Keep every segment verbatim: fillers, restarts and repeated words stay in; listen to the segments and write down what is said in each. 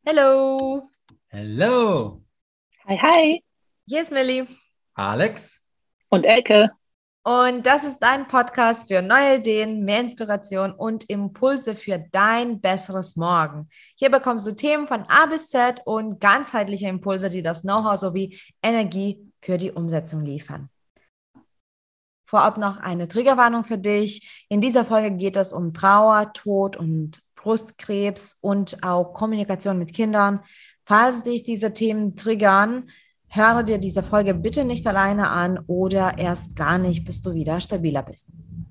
Hello, Hallo, Hi, hi. hier ist Millie Alex. Und Elke. und das ist dein Podcast für neue Ideen, mehr Inspiration und Impulse für dein besseres Morgen. Hier bekommst du Themen von A bis Z und ganzheitliche Impulse, die das Know-how sowie Energie für die Umsetzung liefern. Vorab noch eine Triggerwarnung für dich. In dieser Folge geht es um Trauer, Tod und Brustkrebs und auch Kommunikation mit Kindern. Falls dich diese Themen triggern, höre dir diese Folge bitte nicht alleine an oder erst gar nicht, bis du wieder stabiler bist.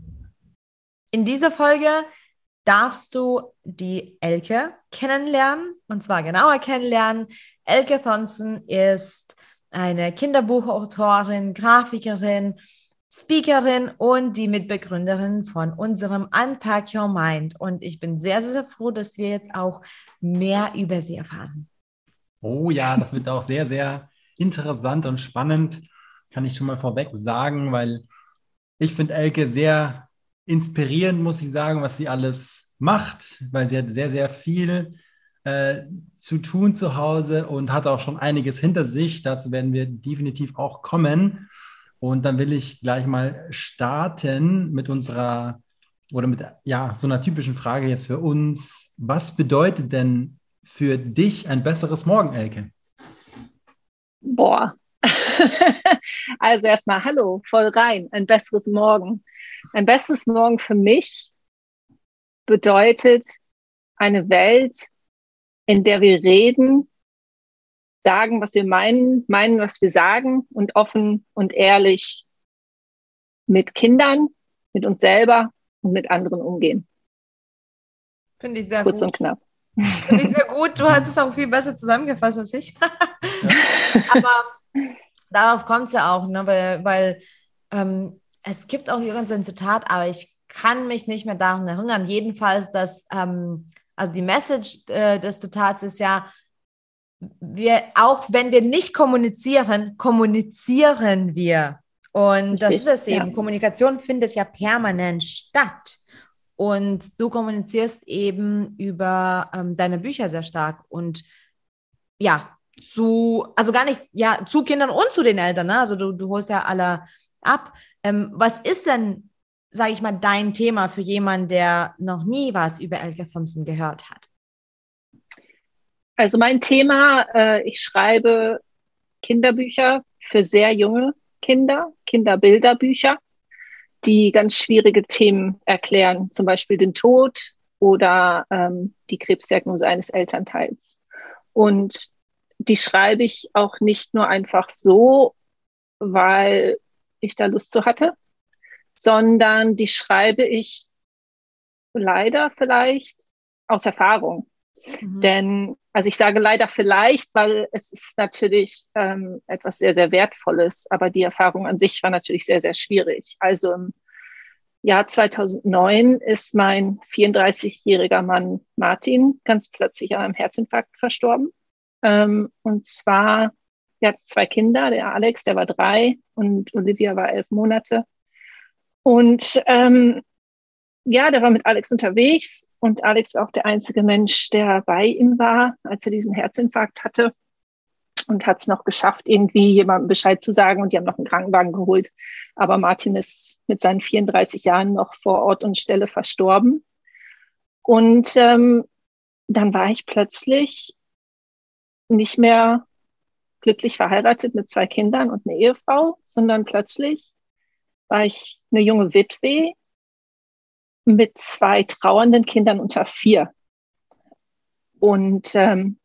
In dieser Folge darfst du die Elke kennenlernen, und zwar genauer kennenlernen. Elke Thompson ist eine Kinderbuchautorin, Grafikerin, Speakerin und die Mitbegründerin von unserem Unpack Your Mind. Und ich bin sehr, sehr, sehr froh, dass wir jetzt auch mehr über sie erfahren. Oh ja, das wird auch sehr, sehr interessant und spannend, kann ich schon mal vorweg sagen, weil ich finde Elke sehr inspirierend, muss ich sagen, was sie alles macht, weil sie hat sehr, sehr viel äh, zu tun zu Hause und hat auch schon einiges hinter sich. Dazu werden wir definitiv auch kommen. Und dann will ich gleich mal starten mit unserer oder mit ja, so einer typischen Frage jetzt für uns. Was bedeutet denn für dich ein besseres Morgen, Elke? Boah. Also erstmal hallo, voll rein. Ein besseres Morgen. Ein besseres Morgen für mich bedeutet eine Welt, in der wir reden, sagen, was wir meinen, meinen, was wir sagen und offen und ehrlich mit Kindern, mit uns selber und mit anderen umgehen. Finde ich sehr Kurz gut. und knapp. Finde ich sehr gut. Du hast es auch viel besser zusammengefasst als ich. Aber darauf kommt es ja auch, ne? weil, weil ähm, es gibt auch irgend so ein Zitat, aber ich kann mich nicht mehr daran erinnern. Jedenfalls, dass, ähm, also die Message äh, des Zitats ist ja, wir, auch wenn wir nicht kommunizieren, kommunizieren wir. Und das ist Richtig, es eben. ja. Kommunikation findet ja permanent statt. Und du kommunizierst eben über ähm, deine Bücher sehr stark. Und ja, zu, also gar nicht, ja, zu Kindern und zu den Eltern, ne? Also du, du holst ja alle ab. Ähm, was ist denn, sage ich mal, dein Thema für jemanden, der noch nie was über Elke Thompson gehört hat? Also mein Thema, äh, ich schreibe Kinderbücher für sehr junge Kinder, Kinderbilderbücher, die ganz schwierige Themen erklären, zum Beispiel den Tod oder ähm, die Krebsdiagnose eines Elternteils. Und die schreibe ich auch nicht nur einfach so, weil ich da Lust zu hatte, sondern die schreibe ich leider vielleicht aus Erfahrung. Mhm. Denn, also ich sage leider vielleicht, weil es ist natürlich ähm, etwas sehr, sehr Wertvolles, aber die Erfahrung an sich war natürlich sehr, sehr schwierig. Also im Jahr zweitausendneun ist mein vierunddreißigjähriger Mann Martin ganz plötzlich an einem Herzinfarkt verstorben. Ähm, und zwar, er hat zwei Kinder, der Alex, der war drei und Olivia war elf Monate. Und ähm, ja, der war mit Alex unterwegs und Alex war auch der einzige Mensch, der bei ihm war, als er diesen Herzinfarkt hatte und hat es noch geschafft, irgendwie jemandem Bescheid zu sagen und die haben noch einen Krankenwagen geholt. Aber Martin ist mit seinen vierunddreißig Jahren noch vor Ort und Stelle verstorben. Und ähm, dann war ich plötzlich nicht mehr glücklich verheiratet mit zwei Kindern und einer Ehefrau, sondern plötzlich war ich eine junge Witwe mit zwei trauernden Kindern unter vier. Und ähm,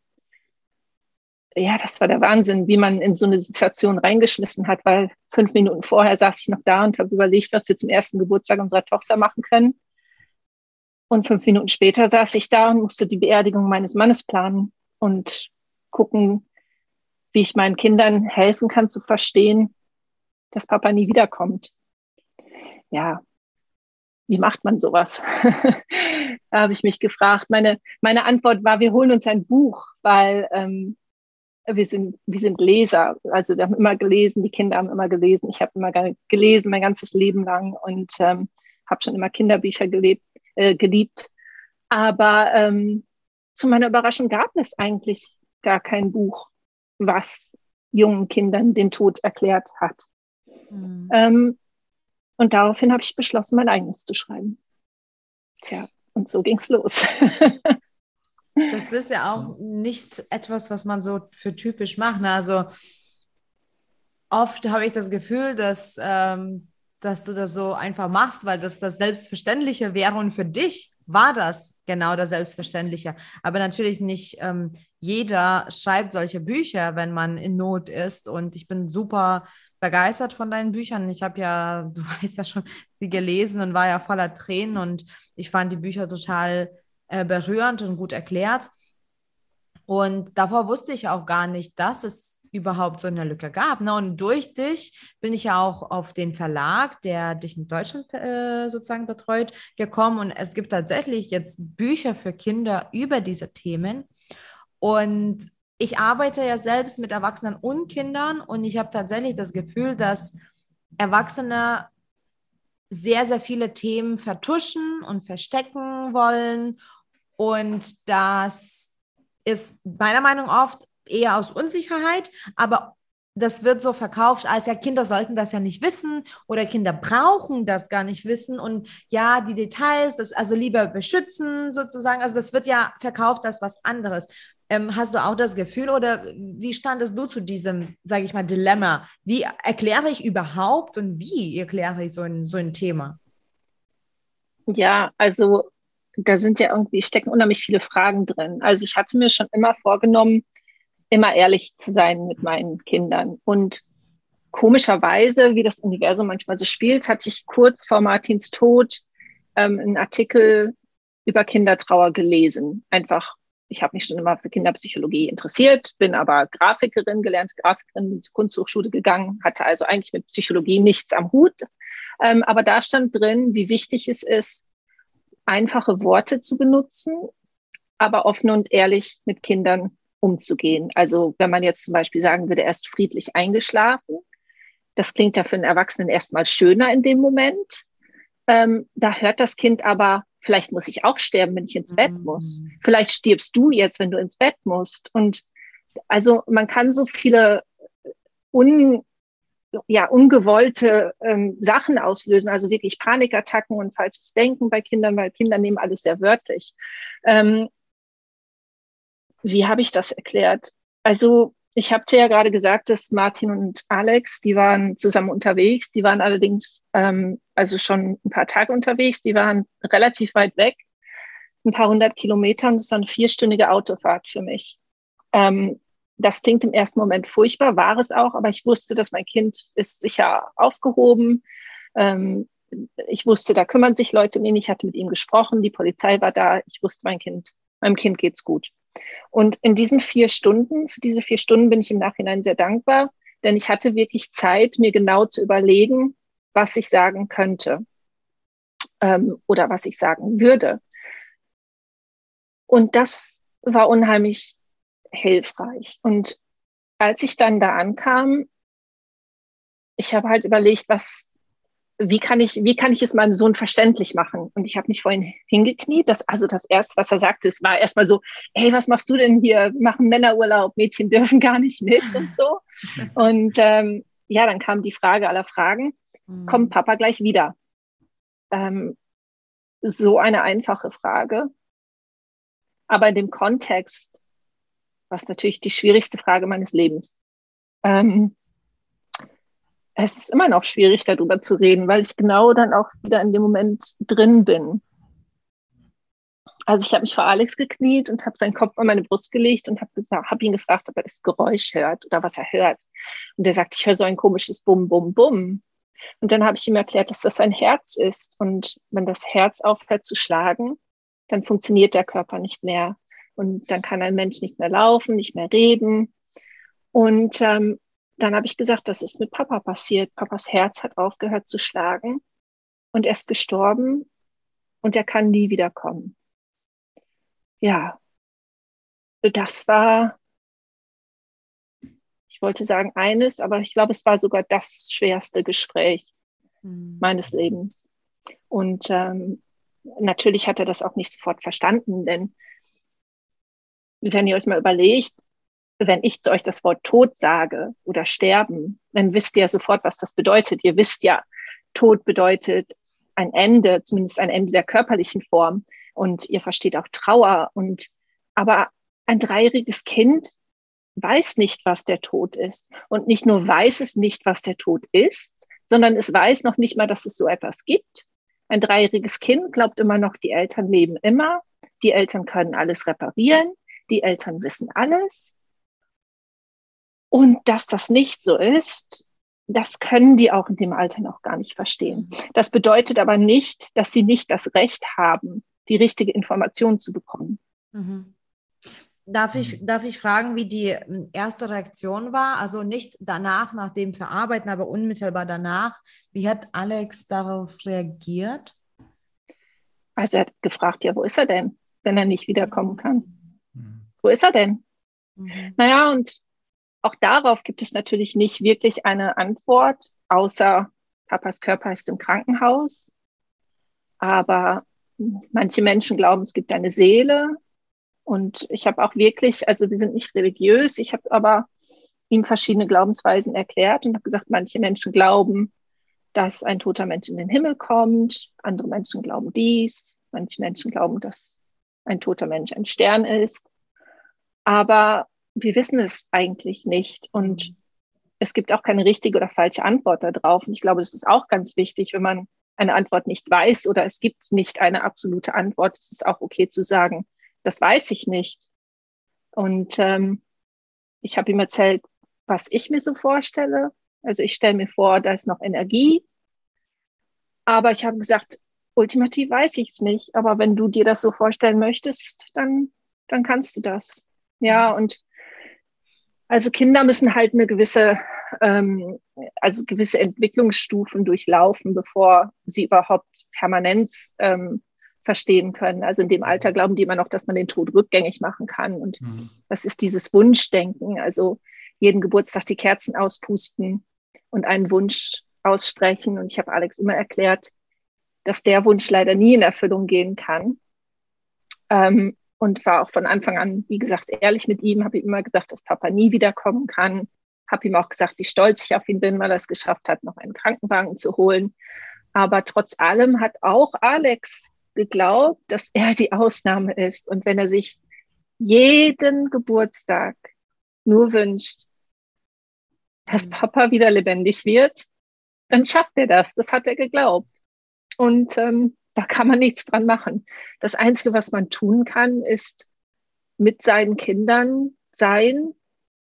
ja, das war der Wahnsinn, wie man in so eine Situation reingeschmissen hat, weil fünf Minuten vorher saß ich noch da und habe überlegt, was wir zum ersten Geburtstag unserer Tochter machen können. Und fünf Minuten später saß ich da und musste die Beerdigung meines Mannes planen und gucken, wie ich meinen Kindern helfen kann zu verstehen, dass Papa nie wiederkommt. Ja, wie macht man sowas? Da habe ich mich gefragt. Meine, meine Antwort war, wir holen uns ein Buch, weil ähm, wir sind, wir sind Leser. Also wir haben immer gelesen, die Kinder haben immer gelesen. Ich habe immer gelesen, mein ganzes Leben lang und ähm, habe schon immer Kinderbücher gelebt, äh, geliebt. Aber ähm, zu meiner Überraschung gab es eigentlich gar kein Buch, was jungen Kindern den Tod erklärt hat. Mhm. Ähm, und daraufhin habe ich beschlossen, mein eigenes zu schreiben. Tja, und so ging's los. Das ist ja auch nicht etwas, was man so für typisch macht. Ne? Also oft habe ich das Gefühl, dass, ähm, dass du das so einfach machst, weil das das Selbstverständliche wäre und für dich war das genau das Selbstverständliche. Aber natürlich nicht ähm, jeder schreibt solche Bücher, wenn man in Not ist. Und ich bin super begeistert von deinen Büchern. Ich habe ja, du weißt ja schon, sie gelesen und war ja voller Tränen und ich fand die Bücher total äh, berührend und gut erklärt. Und davor wusste ich auch gar nicht, dass es überhaupt so eine Lücke gab. Ne? Und durch dich bin ich ja auch auf den Verlag, der dich in Deutschland äh, sozusagen betreut, gekommen. Und es gibt tatsächlich jetzt Bücher für Kinder über diese Themen. Und ich arbeite ja selbst mit Erwachsenen und Kindern und ich habe tatsächlich das Gefühl, dass Erwachsene sehr, sehr viele Themen vertuschen und verstecken wollen. Und das ist meiner Meinung nach oft eher aus Unsicherheit, aber das wird so verkauft, als ja, Kinder sollten das ja nicht wissen oder Kinder brauchen das gar nicht wissen und ja, die Details, das also lieber beschützen sozusagen, also das wird ja verkauft als was anderes. Ähm, hast du auch das Gefühl oder wie standest du zu diesem, sage ich mal, Dilemma? Wie erkläre ich überhaupt und wie erkläre ich so ein, so ein Thema? Ja, also da sind ja irgendwie, stecken unheimlich viele Fragen drin. Also ich hatte mir schon immer vorgenommen, immer ehrlich zu sein mit meinen Kindern. Und komischerweise, wie das Universum manchmal so spielt, hatte ich kurz vor Martins Tod ähm, einen Artikel über Kindertrauer gelesen. Einfach, ich habe mich schon immer für Kinderpsychologie interessiert, bin aber Grafikerin, gelernte Grafikerin, bin zur Kunsthochschule gegangen, hatte also eigentlich mit Psychologie nichts am Hut. Ähm, aber da stand drin, wie wichtig es ist, einfache Worte zu benutzen, aber offen und ehrlich mit Kindern umzugehen. Also wenn man jetzt zum Beispiel sagen würde, er ist friedlich eingeschlafen, das klingt ja für einen Erwachsenen erstmal schöner in dem Moment. Ähm, da hört das Kind aber, vielleicht muss ich auch sterben, wenn ich ins Bett muss. Vielleicht stirbst du jetzt, wenn du ins Bett musst. Und also man kann so viele un, ja, ungewollte ähm, Sachen auslösen, also wirklich Panikattacken und falsches Denken bei Kindern, weil Kinder nehmen alles sehr wörtlich. Ähm, wie habe ich das erklärt? Also ich habe dir ja gerade gesagt, dass Martin und Alex, die waren zusammen unterwegs, die waren allerdings ähm, also schon ein paar Tage unterwegs, die waren relativ weit weg, ein paar hundert Kilometer und es war eine vierstündige Autofahrt für mich. Ähm, das klingt im ersten Moment furchtbar, war es auch, aber ich wusste, dass mein Kind ist sicher aufgehoben. Ähm, ich wusste, da kümmern sich Leute um ihn. Ich hatte mit ihm gesprochen, die Polizei war da. Ich wusste, mein Kind, meinem Kind geht's gut. Und in diesen vier Stunden, für diese vier Stunden bin ich im Nachhinein sehr dankbar, denn ich hatte wirklich Zeit, mir genau zu überlegen, was ich sagen könnte ähm, oder was ich sagen würde. Und das war unheimlich hilfreich. Und als ich dann da ankam, ich habe halt überlegt, was, wie kann ich, wie kann ich es meinem Sohn verständlich machen? Und ich habe mich vorhin hingekniet. Das, also das Erste, was er sagte, es war erstmal so, hey, was machst du denn hier? Wir machen Männerurlaub, Mädchen dürfen gar nicht mit und so. Und ähm, ja, dann kam die Frage aller Fragen, kommt Papa gleich wieder? Ähm, so eine einfache Frage. Aber in dem Kontext war es natürlich die schwierigste Frage meines Lebens. Ähm, es ist immer noch schwierig, darüber zu reden, weil ich genau dann auch wieder in dem Moment drin bin. Also ich habe mich vor Alex gekniet und habe seinen Kopf an meine Brust gelegt und habe hab ihn gefragt, ob er das Geräusch hört oder was er hört. Und er sagt, ich höre so ein komisches Bum, Bum, Bum. Und dann habe ich ihm erklärt, dass das sein Herz ist. Und wenn das Herz aufhört zu schlagen, dann funktioniert der Körper nicht mehr. Und dann kann ein Mensch nicht mehr laufen, nicht mehr reden. Und ähm, dann habe ich gesagt, das ist mit Papa passiert. Papas Herz hat aufgehört zu schlagen und er ist gestorben und er kann nie wiederkommen. Ja, das war, ich wollte sagen eines, aber ich glaube, es war sogar das schwerste Gespräch mhm. meines Lebens. Und ähm, natürlich hat er das auch nicht sofort verstanden, denn wenn ihr euch mal überlegt, wenn ich zu euch das Wort Tod sage oder Sterben, dann wisst ihr ja sofort, was das bedeutet. Ihr wisst ja, Tod bedeutet ein Ende, zumindest ein Ende der körperlichen Form. Und ihr versteht auch Trauer. Und, aber ein dreijähriges Kind weiß nicht, was der Tod ist. Und nicht nur weiß es nicht, was der Tod ist, sondern es weiß noch nicht mal, dass es so etwas gibt. Ein dreijähriges Kind glaubt immer noch, die Eltern leben immer. Die Eltern können alles reparieren. Die Eltern wissen alles. Und dass das nicht so ist, das können die auch in dem Alter noch gar nicht verstehen. Das bedeutet aber nicht, dass sie nicht das Recht haben, die richtige Information zu bekommen. Mhm. Darf ich, darf ich fragen, wie die erste Reaktion war? Also nicht danach, nach dem Verarbeiten, aber unmittelbar danach. Wie hat Alex darauf reagiert? Also er hat gefragt, ja, wo ist er denn, wenn er nicht wiederkommen kann? Mhm. Wo ist er denn? Mhm. Naja, und auch darauf gibt es natürlich nicht wirklich eine Antwort, außer Papas Körper ist im Krankenhaus. Aber manche Menschen glauben, es gibt eine Seele. Und ich habe auch wirklich, also wir sind nicht religiös, ich habe aber ihm verschiedene Glaubensweisen erklärt und habe gesagt, manche Menschen glauben, dass ein toter Mensch in den Himmel kommt. Andere Menschen glauben dies. Manche Menschen glauben, dass ein toter Mensch ein Stern ist. Aber wir wissen es eigentlich nicht. Und es gibt auch keine richtige oder falsche Antwort darauf. Und ich glaube, das ist auch ganz wichtig, wenn man eine Antwort nicht weiß oder es gibt nicht eine absolute Antwort. Es ist auch okay zu sagen, das weiß ich nicht. Und ähm, ich habe ihm erzählt, was ich mir so vorstelle. Also ich stelle mir vor, da ist noch Energie. Aber ich habe gesagt, ultimativ weiß ich es nicht. Aber wenn du dir das so vorstellen möchtest, dann, dann kannst du das. Ja, und also Kinder müssen halt eine gewisse, ähm, also gewisse Entwicklungsstufen durchlaufen, bevor sie überhaupt Permanenz ähm, verstehen können. Also in dem Alter glauben die immer noch, dass man den Tod rückgängig machen kann. Und mhm. das ist dieses Wunschdenken. Also jeden Geburtstag die Kerzen auspusten und einen Wunsch aussprechen. Und ich habe Alex immer erklärt, dass der Wunsch leider nie in Erfüllung gehen kann. Ähm, und war auch von Anfang an, wie gesagt, ehrlich mit ihm, habe ihm immer gesagt, dass Papa nie wiederkommen kann. Habe ihm auch gesagt, wie stolz ich auf ihn bin, weil er es geschafft hat, noch einen Krankenwagen zu holen. Aber trotz allem hat auch Alex geglaubt, dass er die Ausnahme ist. Und wenn er sich jeden Geburtstag nur wünscht, dass Papa wieder lebendig wird, dann schafft er das. Das hat er geglaubt. Und ähm, da kann man nichts dran machen. Das Einzige, was man tun kann, ist mit seinen Kindern sein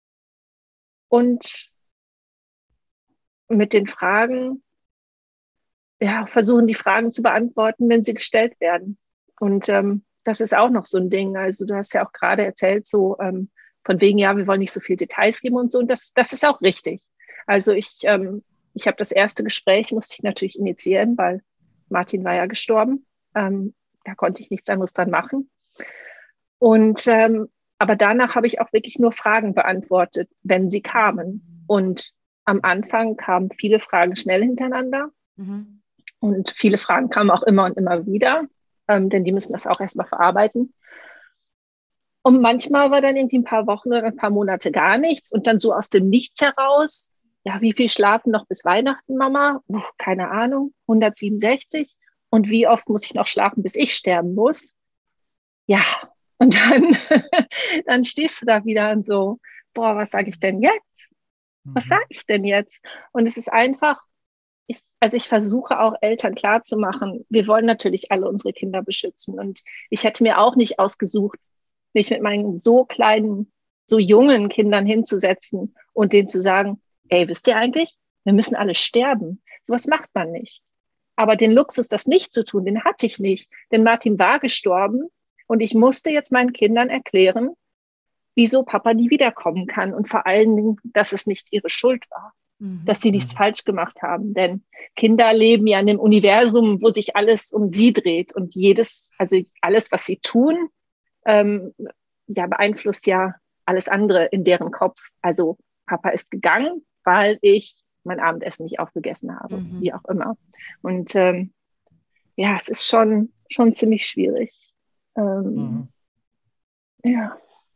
und mit den Fragen, ja, versuchen, die Fragen zu beantworten, wenn sie gestellt werden. Und ähm, das ist auch noch so ein Ding. Also du hast ja auch gerade erzählt, so ähm, von wegen, ja, wir wollen nicht so viel Details geben und so. Und das, das ist auch richtig. Also ich, ähm, ich habe das erste Gespräch, musste ich natürlich initiieren, weil Martin war ja gestorben. Ähm, da konnte ich nichts anderes dran machen. Und ähm, aber danach habe ich auch wirklich nur Fragen beantwortet, wenn sie kamen. Und am Anfang kamen viele Fragen schnell hintereinander. Mhm. Und viele Fragen kamen auch immer und immer wieder, ähm, denn die müssen das auch erstmal verarbeiten. Und manchmal war dann irgendwie ein paar Wochen oder ein paar Monate gar nichts. Und dann so aus dem Nichts heraus, ja, wie viel schlafen noch bis Weihnachten, Mama? Puh, keine Ahnung, hundertsiebenundsechzig. Und wie oft muss ich noch schlafen, bis ich sterben muss? Ja, und dann, dann stehst du da wieder und so, boah, was sage ich denn jetzt? Was sage ich denn jetzt? Und es ist einfach, ich, also ich versuche auch Eltern klarzumachen, wir wollen natürlich alle unsere Kinder beschützen. Und ich hätte mir auch nicht ausgesucht, mich mit meinen so kleinen, so jungen Kindern hinzusetzen und denen zu sagen, ey, wisst ihr eigentlich, wir müssen alle sterben. Sowas macht man nicht. Aber den Luxus, das nicht zu tun, den hatte ich nicht. Denn Martin war gestorben und ich musste jetzt meinen Kindern erklären, wieso Papa nie wiederkommen kann und vor allen Dingen, dass es nicht ihre Schuld war, mhm. dass sie nichts mhm. falsch gemacht haben. Denn Kinder leben ja in einem Universum, wo sich alles um sie dreht und jedes, also alles, was sie tun, ähm, ja, beeinflusst ja alles andere in deren Kopf. Also Papa ist gegangen, weil ich mein Abendessen nicht aufgegessen habe, mhm. wie auch immer. Und ähm, ja, es ist schon, schon ziemlich schwierig. Ähm, mhm. Ja.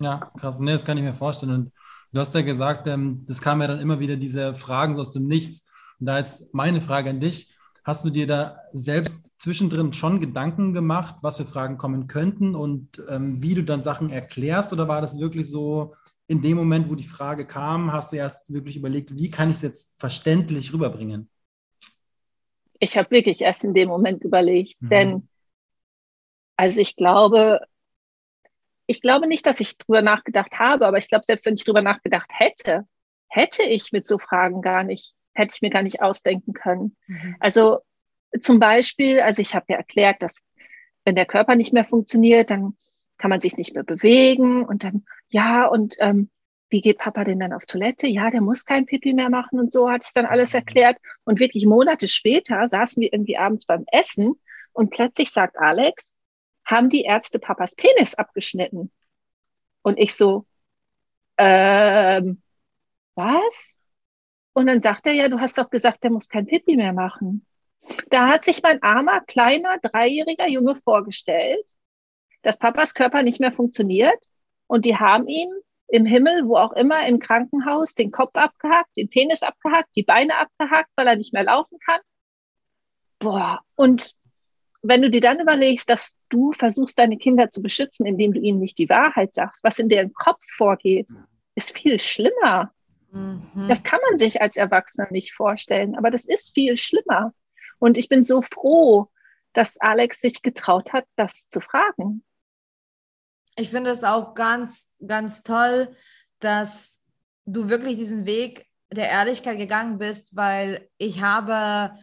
Ja, krass. Nee, das kann ich mir vorstellen. Und du hast ja gesagt, ähm, das kamen ja dann immer wieder diese Fragen so aus dem Nichts. Und da jetzt meine Frage an dich. Hast du dir da selbst zwischendrin schon Gedanken gemacht, was für Fragen kommen könnten und ähm, wie du dann Sachen erklärst? Oder war das wirklich so, in dem Moment, wo die Frage kam, hast du erst wirklich überlegt, wie kann ich es jetzt verständlich rüberbringen? Ich habe wirklich erst in dem Moment überlegt, Mhm. denn also ich glaube, ich glaube nicht, dass ich drüber nachgedacht habe, aber ich glaube, selbst wenn ich drüber nachgedacht hätte, hätte ich mit so Fragen gar nicht, hätte ich mir gar nicht ausdenken können. Mhm. Also zum Beispiel, also ich habe ja erklärt, dass wenn der Körper nicht mehr funktioniert, dann kann man sich nicht mehr bewegen und dann, ja, und ähm, wie geht Papa denn dann auf Toilette? Ja, der muss kein Pipi mehr machen und so hat es dann alles erklärt. Und wirklich Monate später saßen wir irgendwie abends beim Essen und plötzlich sagt Alex, haben die Ärzte Papas Penis abgeschnitten? Und ich so, ähm, was? Und dann sagt er, ja, du hast doch gesagt, der muss kein Pipi mehr machen. Da hat sich mein armer, kleiner, dreijähriger Junge vorgestellt, dass Papas Körper nicht mehr funktioniert und die haben ihm im Himmel, wo auch immer, im Krankenhaus den Kopf abgehackt, den Penis abgehackt, die Beine abgehackt, weil er nicht mehr laufen kann. Boah, und wenn du dir dann überlegst, dass du versuchst, deine Kinder zu beschützen, indem du ihnen nicht die Wahrheit sagst, was in deren Kopf vorgeht, ist viel schlimmer. Mhm. Das kann man sich als Erwachsener nicht vorstellen, aber das ist viel schlimmer. Und ich bin so froh, dass Alex sich getraut hat, das zu fragen. Ich finde es auch ganz, ganz toll, dass du wirklich diesen Weg der Ehrlichkeit gegangen bist, weil ich habe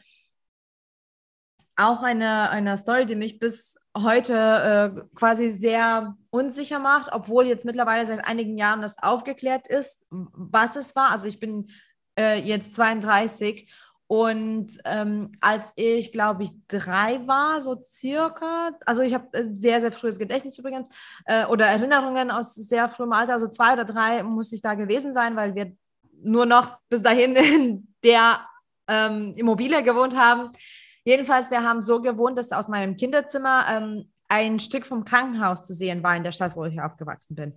auch eine, eine Story, die mich bis heute äh, quasi sehr unsicher macht, obwohl jetzt mittlerweile seit einigen Jahren das aufgeklärt ist, was es war. Also ich bin äh, jetzt zweiunddreißig und ähm, als ich, glaube ich, drei war, so circa, also ich habe äh, sehr, sehr frühes Gedächtnis übrigens äh, oder Erinnerungen aus sehr frühem Alter, also zwei oder drei muss ich da gewesen sein, weil wir nur noch bis dahin in der ähm, Immobilie gewohnt haben. Jedenfalls, wir haben so gewohnt, dass aus meinem Kinderzimmer ähm, ein Stück vom Krankenhaus zu sehen war in der Stadt, wo ich aufgewachsen bin.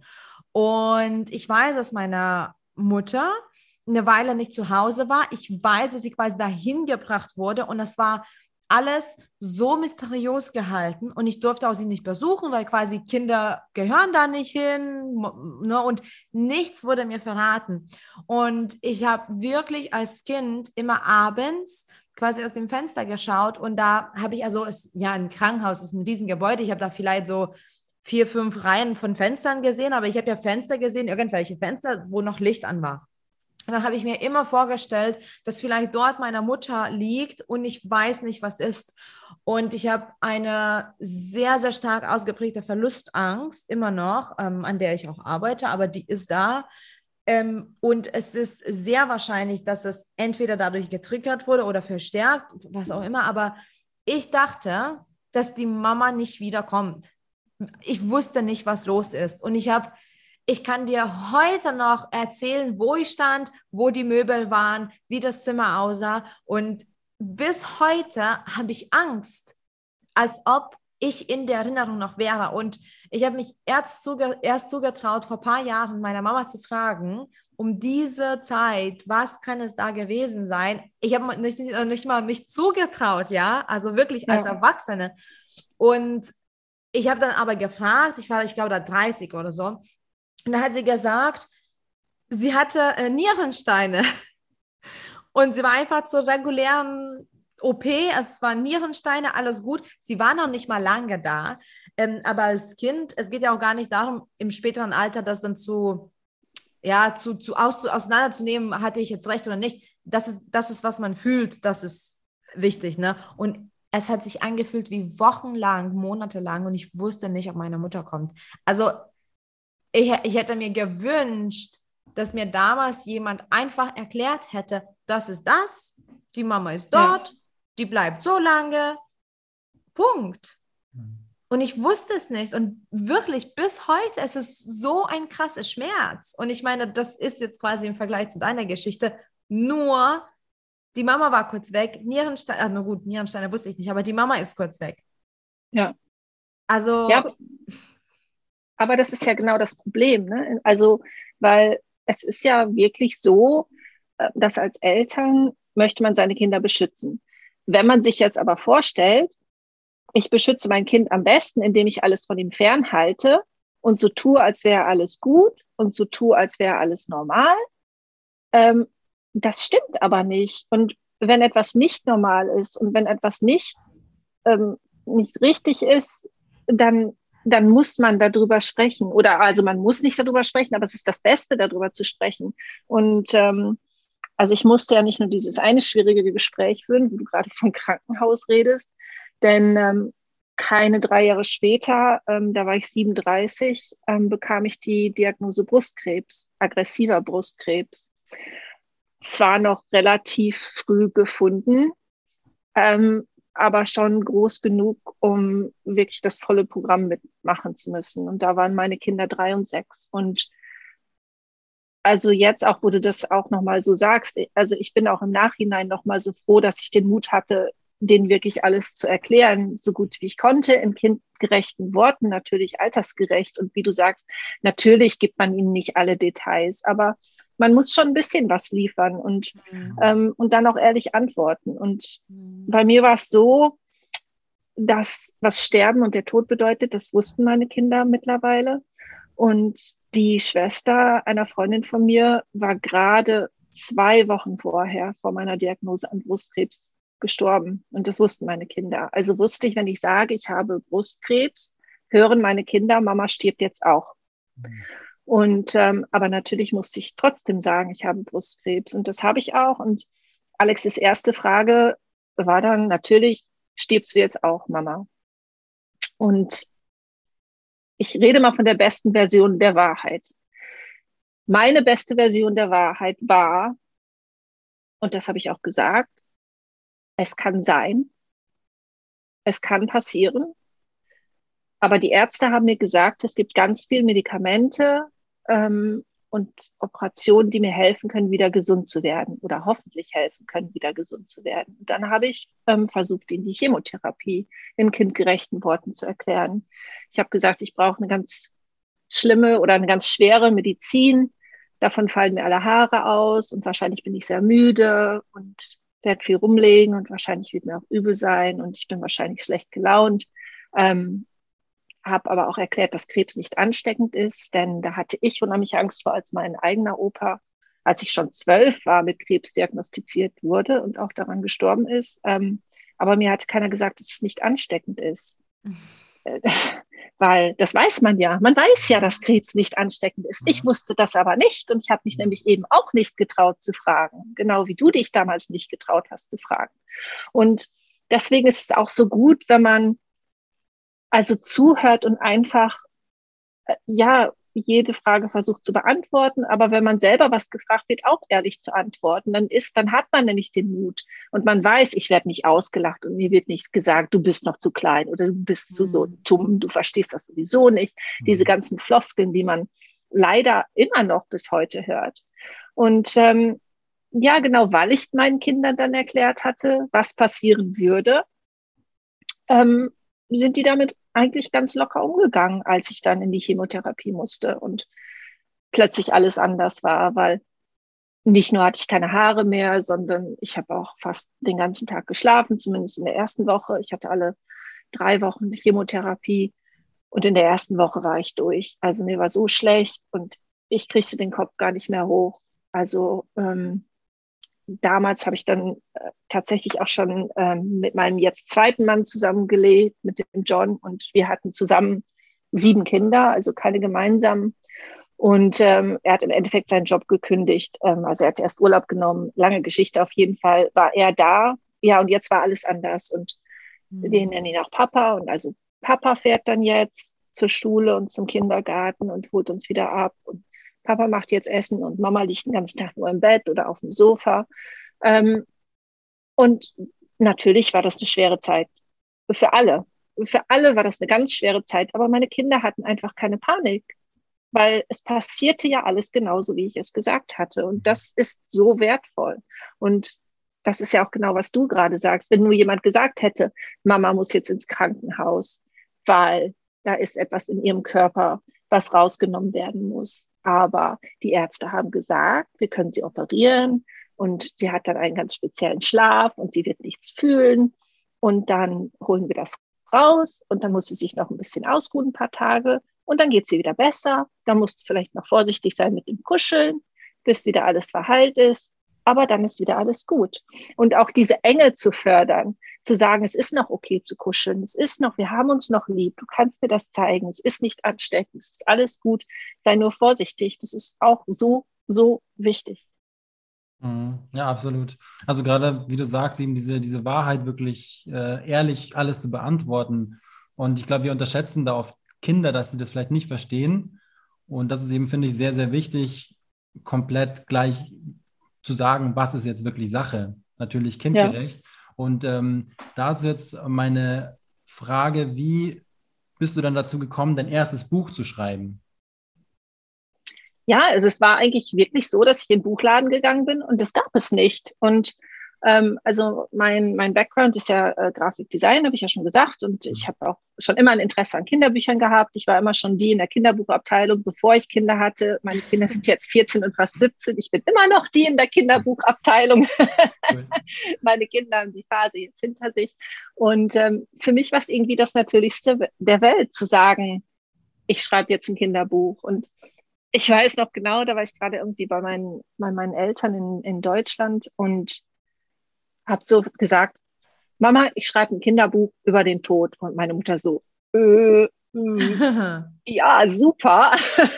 Und ich weiß, dass meine Mutter eine Weile nicht zu Hause war. Ich weiß, dass sie quasi dahin gebracht wurde und das war alles so mysteriös gehalten und ich durfte auch sie nicht besuchen, weil quasi Kinder gehören da nicht hin, ne, und nichts wurde mir verraten. Und ich habe wirklich als Kind immer abends quasi aus dem Fenster geschaut und da habe ich, also es, ja, ein Krankenhaus ist ein Riesengebäude, ich habe da vielleicht so vier, fünf Reihen von Fenstern gesehen, aber ich habe ja Fenster gesehen, irgendwelche Fenster, wo noch Licht an war. Und dann habe ich mir immer vorgestellt, dass vielleicht dort meine Mutter liegt und ich weiß nicht, was ist. Und ich habe eine sehr, sehr stark ausgeprägte Verlustangst, immer noch, ähm, an der ich auch arbeite, aber die ist da. Ähm, und es ist sehr wahrscheinlich, dass es entweder dadurch getriggert wurde oder verstärkt, was auch immer. Aber ich dachte, dass die Mama nicht wiederkommt. Ich wusste nicht, was los ist. Und ich habe ich kann dir heute noch erzählen, wo ich stand, wo die Möbel waren, wie das Zimmer aussah. Und bis heute habe ich Angst, als ob ich in der Erinnerung noch wäre. Und ich habe mich erst, zuge erst zugetraut, vor ein paar Jahren meiner Mama zu fragen, um diese Zeit, was kann es da gewesen sein? Ich habe nicht, nicht mal mich zugetraut, ja, also wirklich als Ja. Erwachsene. Und ich habe dann aber gefragt, ich war, ich glaube, da dreißig oder so. Und da hat sie gesagt, sie hatte äh, Nierensteine und sie war einfach zur regulären O P, also es waren Nierensteine, alles gut. Sie war noch nicht mal lange da, ähm, aber als Kind, es geht ja auch gar nicht darum, im späteren Alter das dann zu, ja, zu, zu, aus, zu auseinanderzunehmen, hatte ich jetzt recht oder nicht. Das ist, das ist, was man fühlt, das ist wichtig, ne? Und es hat sich angefühlt wie wochenlang, monatelang und ich wusste nicht, ob meine Mutter kommt. Also Ich, ich hätte mir gewünscht, dass mir damals jemand einfach erklärt hätte, das ist das, die Mama ist dort, ja. Die bleibt so lange, Punkt. Und ich wusste es nicht. Und wirklich, bis heute ist es so ein krasser Schmerz. Und ich meine, das ist jetzt quasi im Vergleich zu deiner Geschichte nur, die Mama war kurz weg, Nierensteine, also na gut, Nierensteine wusste ich nicht, aber die Mama ist kurz weg. Ja. Also... Ja, aber das ist ja genau das Problem, ne? Also, weil es ist ja wirklich so, dass als Eltern möchte man seine Kinder beschützen. Wenn man sich jetzt aber vorstellt, ich beschütze mein Kind am besten, indem ich alles von ihm fernhalte und so tue, als wäre alles gut und so tue, als wäre alles normal, ähm, das stimmt aber nicht. Und wenn etwas nicht normal ist und wenn etwas nicht, ähm, nicht richtig ist, dann, dann muss man darüber sprechen. Oder also man muss nicht darüber sprechen, aber es ist das Beste, darüber zu sprechen. Und ähm, also ich musste ja nicht nur dieses eine schwierige Gespräch führen, wo du gerade vom Krankenhaus redest, denn ähm, keine drei Jahre später, ähm, da war ich siebenunddreißig, ähm, bekam ich die Diagnose Brustkrebs, aggressiver Brustkrebs. Zwar noch relativ früh gefunden, ähm, aber schon groß genug, um wirklich das volle Programm mitmachen zu müssen. Und da waren meine Kinder drei und sechs. Und also jetzt auch, wo du das auch nochmal so sagst, also ich bin auch im Nachhinein nochmal so froh, dass ich den Mut hatte, denen wirklich alles zu erklären, so gut wie ich konnte, in kindgerechten Worten, natürlich altersgerecht. Und wie du sagst, natürlich gibt man ihnen nicht alle Details, aber man muss schon ein bisschen was liefern und, mhm. ähm, und dann auch ehrlich antworten. Und mhm. bei mir war es so, dass was Sterben und der Tod bedeutet, das wussten meine Kinder mittlerweile. Und die Schwester einer Freundin von mir war gerade zwei Wochen vorher, vor meiner Diagnose an Brustkrebs, gestorben. Und das wussten meine Kinder. Also wusste ich, wenn ich sage, ich habe Brustkrebs, hören meine Kinder, Mama stirbt jetzt auch. Mhm. Und ähm, aber natürlich musste ich trotzdem sagen, ich habe Brustkrebs. Und das habe ich auch. Und Alexes erste Frage war dann natürlich, stirbst du jetzt auch, Mama? Und ich rede mal von der besten Version der Wahrheit. Meine beste Version der Wahrheit war, und das habe ich auch gesagt, es kann sein, es kann passieren, aber die Ärzte haben mir gesagt, es gibt ganz viele Medikamente ähm, und Operationen, die mir helfen können, wieder gesund zu werden oder hoffentlich helfen können, wieder gesund zu werden. Und dann habe ich ähm, versucht, ihnen die Chemotherapie in kindgerechten Worten zu erklären. Ich habe gesagt, ich brauche eine ganz schlimme oder eine ganz schwere Medizin. Davon fallen mir alle Haare aus und wahrscheinlich bin ich sehr müde und werde viel rumlegen und wahrscheinlich wird mir auch übel sein und ich bin wahrscheinlich schlecht gelaunt. Ähm, habe aber auch erklärt, dass Krebs nicht ansteckend ist, denn da hatte ich unheimlich Angst vor, als mein eigener Opa, als ich schon zwölf war, mit Krebs diagnostiziert wurde und auch daran gestorben ist. Ähm, aber mir hat keiner gesagt, dass es nicht ansteckend ist. Äh, weil das weiß man ja. Man weiß ja, dass Krebs nicht ansteckend ist. Ich wusste das aber nicht und ich habe mich nämlich eben auch nicht getraut zu fragen, genau wie du dich damals nicht getraut hast zu fragen. Und deswegen ist es auch so gut, wenn man also zuhört und einfach, äh, ja, jede Frage versucht zu beantworten, aber wenn man selber was gefragt wird, auch ehrlich zu antworten, dann ist, dann hat man nämlich den Mut und man weiß, ich werde nicht ausgelacht und mir wird nicht gesagt, du bist noch zu klein oder du bist mhm. so, so dumm, du verstehst das sowieso nicht. Mhm. Diese ganzen Floskeln, die man leider immer noch bis heute hört. Und ähm, ja, genau, weil ich meinen Kindern dann erklärt hatte, was passieren würde, ähm, sind die damit eigentlich ganz locker umgegangen, als ich dann in die Chemotherapie musste und plötzlich alles anders war, weil nicht nur hatte ich keine Haare mehr, sondern ich habe auch fast den ganzen Tag geschlafen, zumindest in der ersten Woche. Ich hatte alle drei Wochen Chemotherapie und in der ersten Woche war ich durch. Also mir war so schlecht und ich kriegte den Kopf gar nicht mehr hoch. Also ähm, damals habe ich dann äh, tatsächlich auch schon ähm, mit meinem jetzt zweiten Mann zusammengelebt, mit dem John. Und wir hatten zusammen sieben Kinder, also keine gemeinsamen. Und ähm, er hat im Endeffekt seinen Job gekündigt. Ähm, also er hat erst Urlaub genommen. Lange Geschichte auf jeden Fall. War er da. Ja, und jetzt war alles anders. Und mhm. wir nennen ihn auch Papa. Und also Papa fährt dann jetzt zur Schule und zum Kindergarten und holt uns wieder ab. Und Papa macht jetzt Essen und Mama liegt den ganzen Tag nur im Bett oder auf dem Sofa. Ähm, und natürlich war das eine schwere Zeit. Für alle. Für alle war das eine ganz schwere Zeit. Aber meine Kinder hatten einfach keine Panik. Weil es passierte ja alles genauso, wie ich es gesagt hatte. Und das ist so wertvoll. Und das ist ja auch genau, was du gerade sagst. Wenn nur jemand gesagt hätte, Mama muss jetzt ins Krankenhaus, weil da ist etwas in ihrem Körper, was rausgenommen werden muss. Aber die Ärzte haben gesagt, wir können sie operieren und sie hat dann einen ganz speziellen Schlaf und sie wird nichts fühlen. Und dann holen wir das raus und dann muss sie sich noch ein bisschen ausruhen, ein paar Tage. Und dann geht sie wieder besser. Dann musst du vielleicht noch vorsichtig sein mit dem Kuscheln, bis wieder alles verheilt ist. Aber dann ist wieder alles gut. Und auch diese Enge zu fördern, zu sagen, es ist noch okay zu kuscheln, es ist noch, wir haben uns noch lieb, du kannst mir das zeigen, es ist nicht ansteckend, es ist alles gut, sei nur vorsichtig. Das ist auch so, so wichtig. Ja, absolut. Also gerade, wie du sagst, eben diese, diese Wahrheit wirklich äh, ehrlich alles zu beantworten. Und ich glaube, wir unterschätzen da oft Kinder, dass sie das vielleicht nicht verstehen. Und das ist eben, finde ich, sehr, sehr wichtig, komplett gleich zu sagen, was ist jetzt wirklich Sache. Natürlich kindgerecht. Ja. Und ähm, dazu jetzt meine Frage, wie bist du dann dazu gekommen, dein erstes Buch zu schreiben? Ja, also es war eigentlich wirklich so, dass ich in den Buchladen gegangen bin und das gab es nicht. Und ähm, also mein, mein Background ist ja äh, Grafikdesign, habe ich ja schon gesagt. Und ich habe auch schon immer ein Interesse an Kinderbüchern gehabt. Ich war immer schon die in der Kinderbuchabteilung, bevor ich Kinder hatte. Meine Kinder sind jetzt vierzehn und fast siebzehn. Ich bin immer noch die in der Kinderbuchabteilung. Cool. Meine Kinder haben die Phase jetzt hinter sich. Und ähm, für mich war es irgendwie das Natürlichste der Welt, zu sagen, ich schreibe jetzt ein Kinderbuch. Und ich weiß noch genau, da war ich gerade irgendwie bei meinen, bei meinen Eltern in, in Deutschland und habe so gesagt, Mama, ich schreibe ein Kinderbuch über den Tod. Und meine Mutter so, äh, äh, ja, super.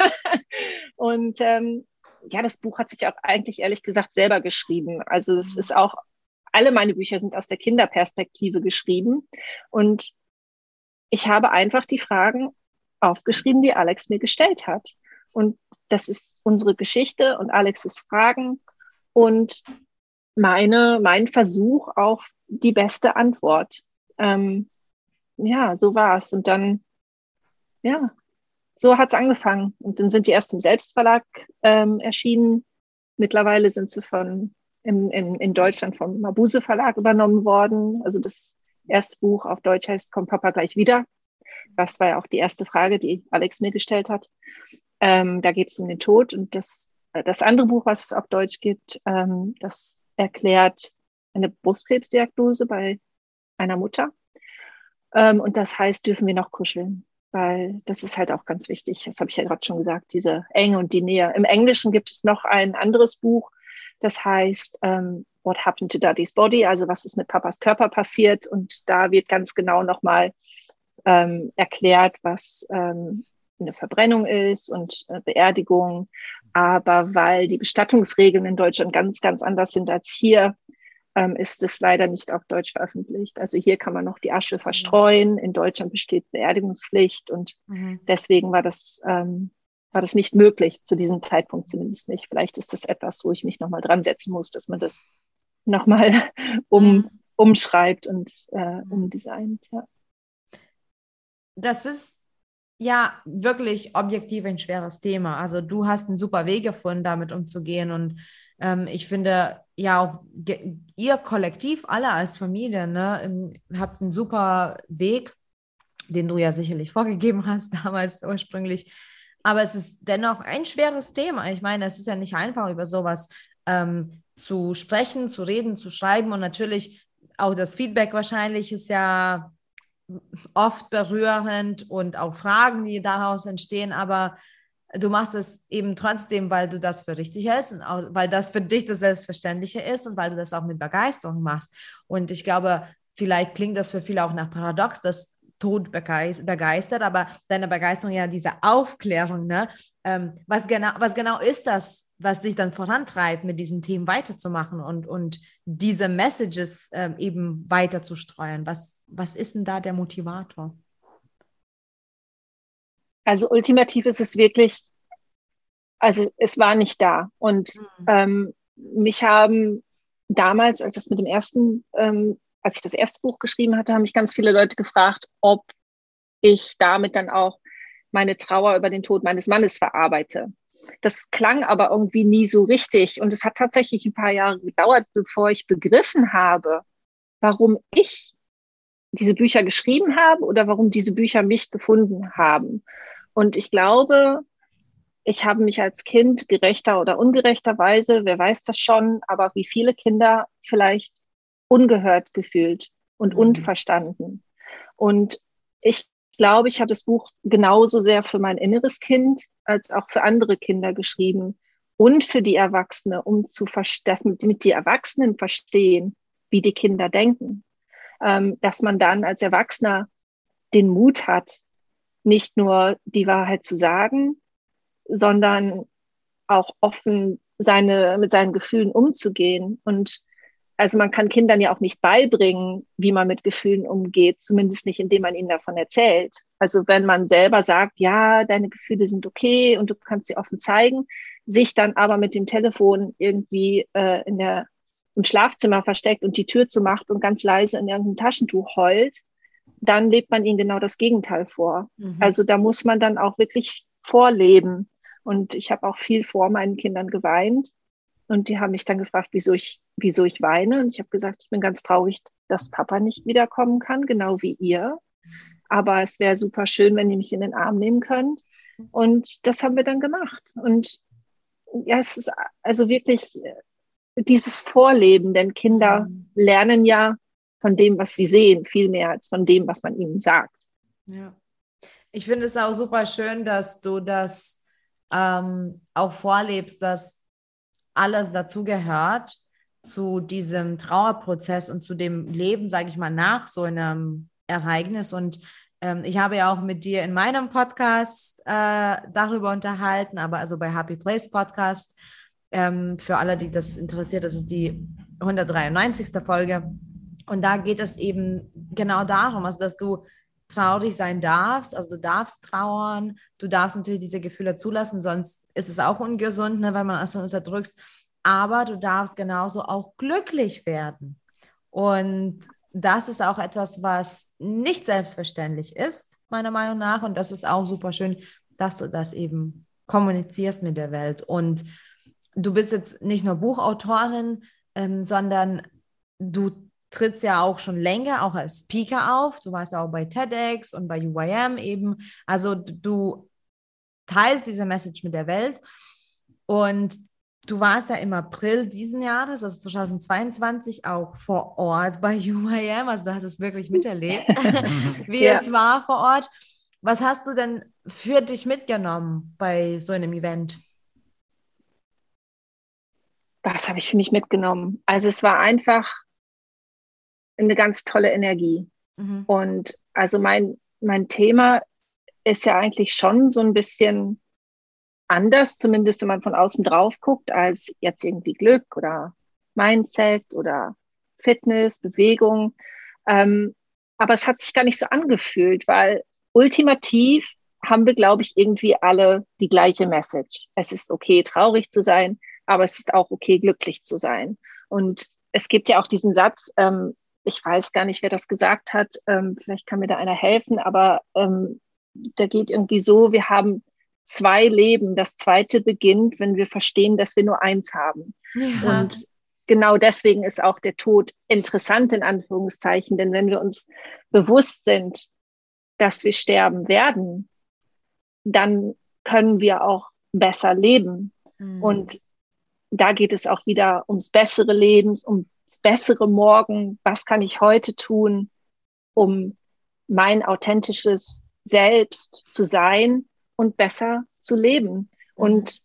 Und ähm, ja, das Buch hat sich auch eigentlich ehrlich gesagt selber geschrieben. Also es ist auch, alle meine Bücher sind aus der Kinderperspektive geschrieben. Und ich habe einfach die Fragen aufgeschrieben, die Alex mir gestellt hat. Und das ist unsere Geschichte und Alexes Fragen und meine, mein Versuch auf die beste Antwort. Ähm, ja, so war es. Und dann, ja, so hat es angefangen. Und dann sind die erst im Selbstverlag ähm, erschienen. Mittlerweile sind sie von in, in, in Deutschland vom Mabuse Verlag übernommen worden. Also das erste Buch auf Deutsch heißt Kommt Papa gleich wieder? Das war ja auch die erste Frage, die Alex mir gestellt hat. Ähm, da geht es um den Tod. Und das, das andere Buch, was es auf Deutsch gibt, ähm, das erklärt eine Brustkrebsdiagnose bei einer Mutter. Ähm, und das heißt, dürfen wir noch kuscheln? Weil das ist halt auch ganz wichtig. Das habe ich ja gerade schon gesagt, diese Enge und die Nähe. Im Englischen gibt es noch ein anderes Buch, das heißt ähm, What Happened to Daddy's Body? Also was ist mit Papas Körper passiert? Und da wird ganz genau nochmal ähm, erklärt, was ähm, eine Verbrennung ist und äh, Beerdigung. Aber weil die Bestattungsregeln in Deutschland ganz, ganz anders sind als hier, ähm, ist es leider nicht auf Deutsch veröffentlicht. Also hier kann man noch die Asche verstreuen. In Deutschland besteht Beerdigungspflicht und mhm. deswegen war das, ähm, war das nicht möglich, zu diesem Zeitpunkt zumindest nicht. Vielleicht ist das etwas, wo ich mich nochmal dran setzen muss, dass man das nochmal um, mhm. umschreibt und äh, umdesignt. Ja. Das ist ja wirklich objektiv ein schweres Thema. Also du hast einen super Weg gefunden, damit umzugehen und ähm, ich finde ja auch ge- ihr Kollektiv, alle als Familie, ne, habt einen super Weg, den du ja sicherlich vorgegeben hast damals ursprünglich, aber es ist dennoch ein schweres Thema. Ich meine, es ist ja nicht einfach, über sowas ähm, zu sprechen, zu reden, zu schreiben und natürlich auch das Feedback wahrscheinlich ist ja oft berührend und auch Fragen, die daraus entstehen, aber du machst es eben trotzdem, weil du das für richtig hältst und auch, weil das für dich das Selbstverständliche ist und weil du das auch mit Begeisterung machst. Und ich glaube, vielleicht klingt das für viele auch nach paradox, dass Tod begeistert, aber deine Begeisterung ja diese Aufklärung, ne? Ähm, was, genau, was genau ist das, was dich dann vorantreibt, mit diesen Themen weiterzumachen und, und diese Messages ähm, eben weiterzustreuen? Was, was ist denn da der Motivator? Also ultimativ ist es wirklich, also es war nicht da. Und mhm. ähm, mich haben damals, als es mit dem ersten, ähm, als ich das erste Buch geschrieben hatte, haben mich ganz viele Leute gefragt, ob ich damit dann auch meine Trauer über den Tod meines Mannes verarbeite. Das klang aber irgendwie nie so richtig. Und es hat tatsächlich ein paar Jahre gedauert, bevor ich begriffen habe, warum ich diese Bücher geschrieben habe oder warum diese Bücher mich gefunden haben. Und ich glaube, ich habe mich als Kind gerechter oder ungerechterweise, wer weiß das schon, aber wie viele Kinder vielleicht ungehört gefühlt und Mhm. unverstanden. Und ich glaube, ich habe das Buch genauso sehr für mein inneres Kind als auch für andere Kinder geschrieben und für die Erwachsene, um zu verstehen, damit die Erwachsenen verstehen, wie die Kinder denken. Ähm, dass man dann als Erwachsener den Mut hat, nicht nur die Wahrheit zu sagen, sondern auch offen seine, mit seinen Gefühlen umzugehen. Und also man kann Kindern ja auch nicht beibringen, wie man mit Gefühlen umgeht, zumindest nicht, indem man ihnen davon erzählt. Also wenn man selber sagt, ja, deine Gefühle sind okay und du kannst sie offen zeigen, sich dann aber mit dem Telefon irgendwie äh, in der, im Schlafzimmer versteckt und die Tür zumacht und ganz leise in irgendeinem Taschentuch heult, dann lebt man ihnen genau das Gegenteil vor. Mhm. Also da muss man dann auch wirklich vorleben. Und ich habe auch viel vor meinen Kindern geweint. Und die haben mich dann gefragt, wieso ich, wieso ich weine. Und ich habe gesagt, ich bin ganz traurig, dass Papa nicht wiederkommen kann, genau wie ihr. Aber es wäre super schön, wenn ihr mich in den Arm nehmen könnt. Und das haben wir dann gemacht. Und ja, es ist also wirklich dieses Vorleben, denn Kinder mhm. lernen ja von dem, was sie sehen, viel mehr als von dem, was man ihnen sagt. Ja. Ich finde es auch super schön, dass du das ähm, auch vorlebst, dass alles dazugehört zu diesem Trauerprozess und zu dem Leben, sage ich mal, nach so einem Ereignis. Und ähm, ich habe ja auch mit dir in meinem Podcast äh, darüber unterhalten, aber also bei Happy Place Podcast, ähm, für alle, die das interessiert, das ist die hundertdreiundneunzigste Folge. Und da geht es eben genau darum, also dass du traurig sein darfst, also du darfst trauern, du darfst natürlich diese Gefühle zulassen, sonst ist es auch ungesund, ne, weil man es unterdrückst, aber du darfst genauso auch glücklich werden. Und das ist auch etwas, was nicht selbstverständlich ist, meiner Meinung nach, und das ist auch super schön, dass du das eben kommunizierst mit der Welt. Und du bist jetzt nicht nur Buchautorin, ähm, sondern du trittst ja auch schon länger, auch als Speaker auf. Du warst ja auch bei TEDx und bei U I M eben. Also du teilst diese Message mit der Welt. Und du warst ja im April diesen Jahres, also zweitausendzweiundzwanzig, auch vor Ort bei U I M. Also du hast es wirklich miterlebt, wie ja. es war vor Ort. Was hast du denn für dich mitgenommen bei so einem Event? Was habe ich für mich mitgenommen? Also es war einfach eine ganz tolle Energie. Mhm. Und also mein, mein Thema ist ja eigentlich schon so ein bisschen anders, zumindest wenn man von außen drauf guckt, als jetzt irgendwie Glück oder Mindset oder Fitness, Bewegung. Ähm, aber es hat sich gar nicht so angefühlt, weil ultimativ haben wir, glaube ich, irgendwie alle die gleiche Message. Es ist okay, traurig zu sein, aber es ist auch okay, glücklich zu sein. Und es gibt ja auch diesen Satz, ähm, ich weiß gar nicht, wer das gesagt hat, ähm, vielleicht kann mir da einer helfen, aber ähm, der geht irgendwie so, wir haben zwei Leben. Das zweite beginnt, wenn wir verstehen, dass wir nur eins haben. Ja. Und genau deswegen ist auch der Tod interessant, in Anführungszeichen, denn wenn wir uns bewusst sind, dass wir sterben werden, dann können wir auch besser leben. Mhm. Und da geht es auch wieder ums bessere Leben, ums bessere Morgen. Was kann ich heute tun, um mein authentisches Selbst zu sein und besser zu leben? Mhm. Und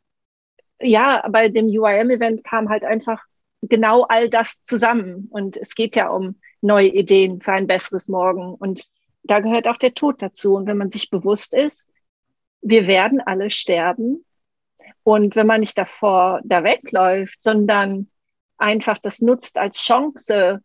ja, bei dem U I M-Event kam halt einfach genau all das zusammen. Und es geht ja um neue Ideen für ein besseres Morgen. Und da gehört auch der Tod dazu. Und wenn man sich bewusst ist, wir werden alle sterben. Und wenn man nicht davor da wegläuft, sondern einfach das nutzt als Chance,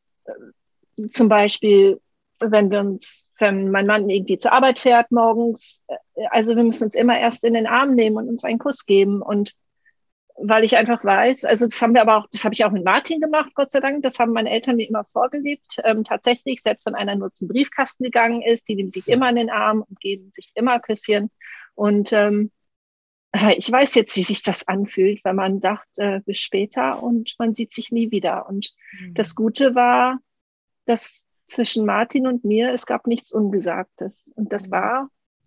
zum Beispiel, wenn wir uns, wenn mein Mann irgendwie zur Arbeit fährt morgens, also wir müssen uns immer erst in den Arm nehmen und uns einen Kuss geben. Und weil ich einfach weiß, also das haben wir aber auch, das habe ich auch mit Martin gemacht, Gott sei Dank, das haben meine Eltern mir immer vorgelebt. Ähm, tatsächlich, selbst wenn einer nur zum Briefkasten gegangen ist, die nehmen sich immer in den Arm und geben sich immer Küsschen. Und ähm, ich weiß jetzt, wie sich das anfühlt, wenn man sagt, äh, bis später und man sieht sich nie wieder. Und mhm. das Gute war, dass zwischen Martin und mir, es gab nichts Ungesagtes. Und das mhm. war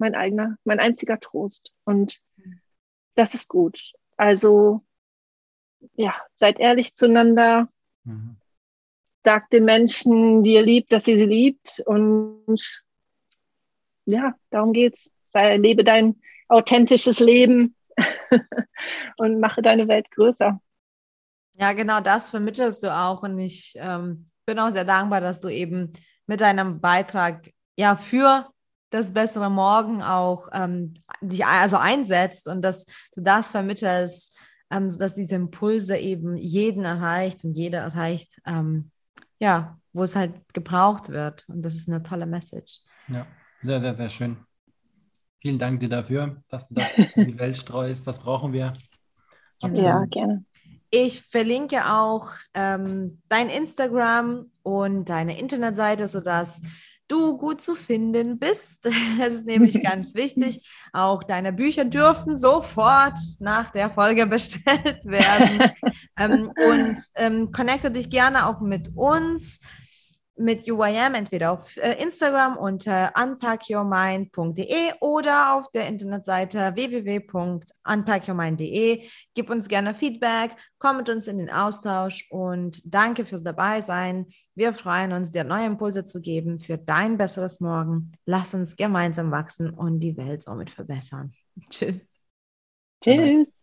mein eigener, mein einziger Trost. Und das ist gut. Also, ja, seid ehrlich zueinander. Mhm. Sagt den Menschen, die ihr liebt, dass ihr sie liebt. Und ja, darum geht's. Sei, lebe dein authentisches Leben und mache deine Welt größer. Ja, genau das vermittelst du auch. Und ich ähm, bin auch sehr dankbar, dass du eben mit deinem Beitrag ja für das bessere Morgen auch ähm, dich also einsetzt und dass du das vermittelst, ähm, sodass diese Impulse eben jeden erreicht und jeder erreicht, ähm, ja, wo es halt gebraucht wird. Und das ist eine tolle Message. Ja, sehr, sehr, sehr schön. Vielen Dank dir dafür, dass du das in die Welt streust. Das brauchen wir. Absolut. Ja, gerne. Ich verlinke auch ähm, dein Instagram und deine Internetseite, sodass du gut zu finden bist. Das ist nämlich ganz wichtig. Auch deine Bücher dürfen sofort nach der Folge bestellt werden. ähm, und ähm, connecte dich gerne auch mit uns, mit U I M, entweder auf äh, Instagram unter unpack your mind punkt de oder auf der Internetseite w w w punkt unpack your mind punkt de. Gib uns gerne Feedback, komm mit uns in den Austausch und danke fürs Dabeisein. Wir freuen uns, dir neue Impulse zu geben für dein besseres Morgen. Lass uns gemeinsam wachsen und die Welt somit verbessern. Tschüss. Tschüss.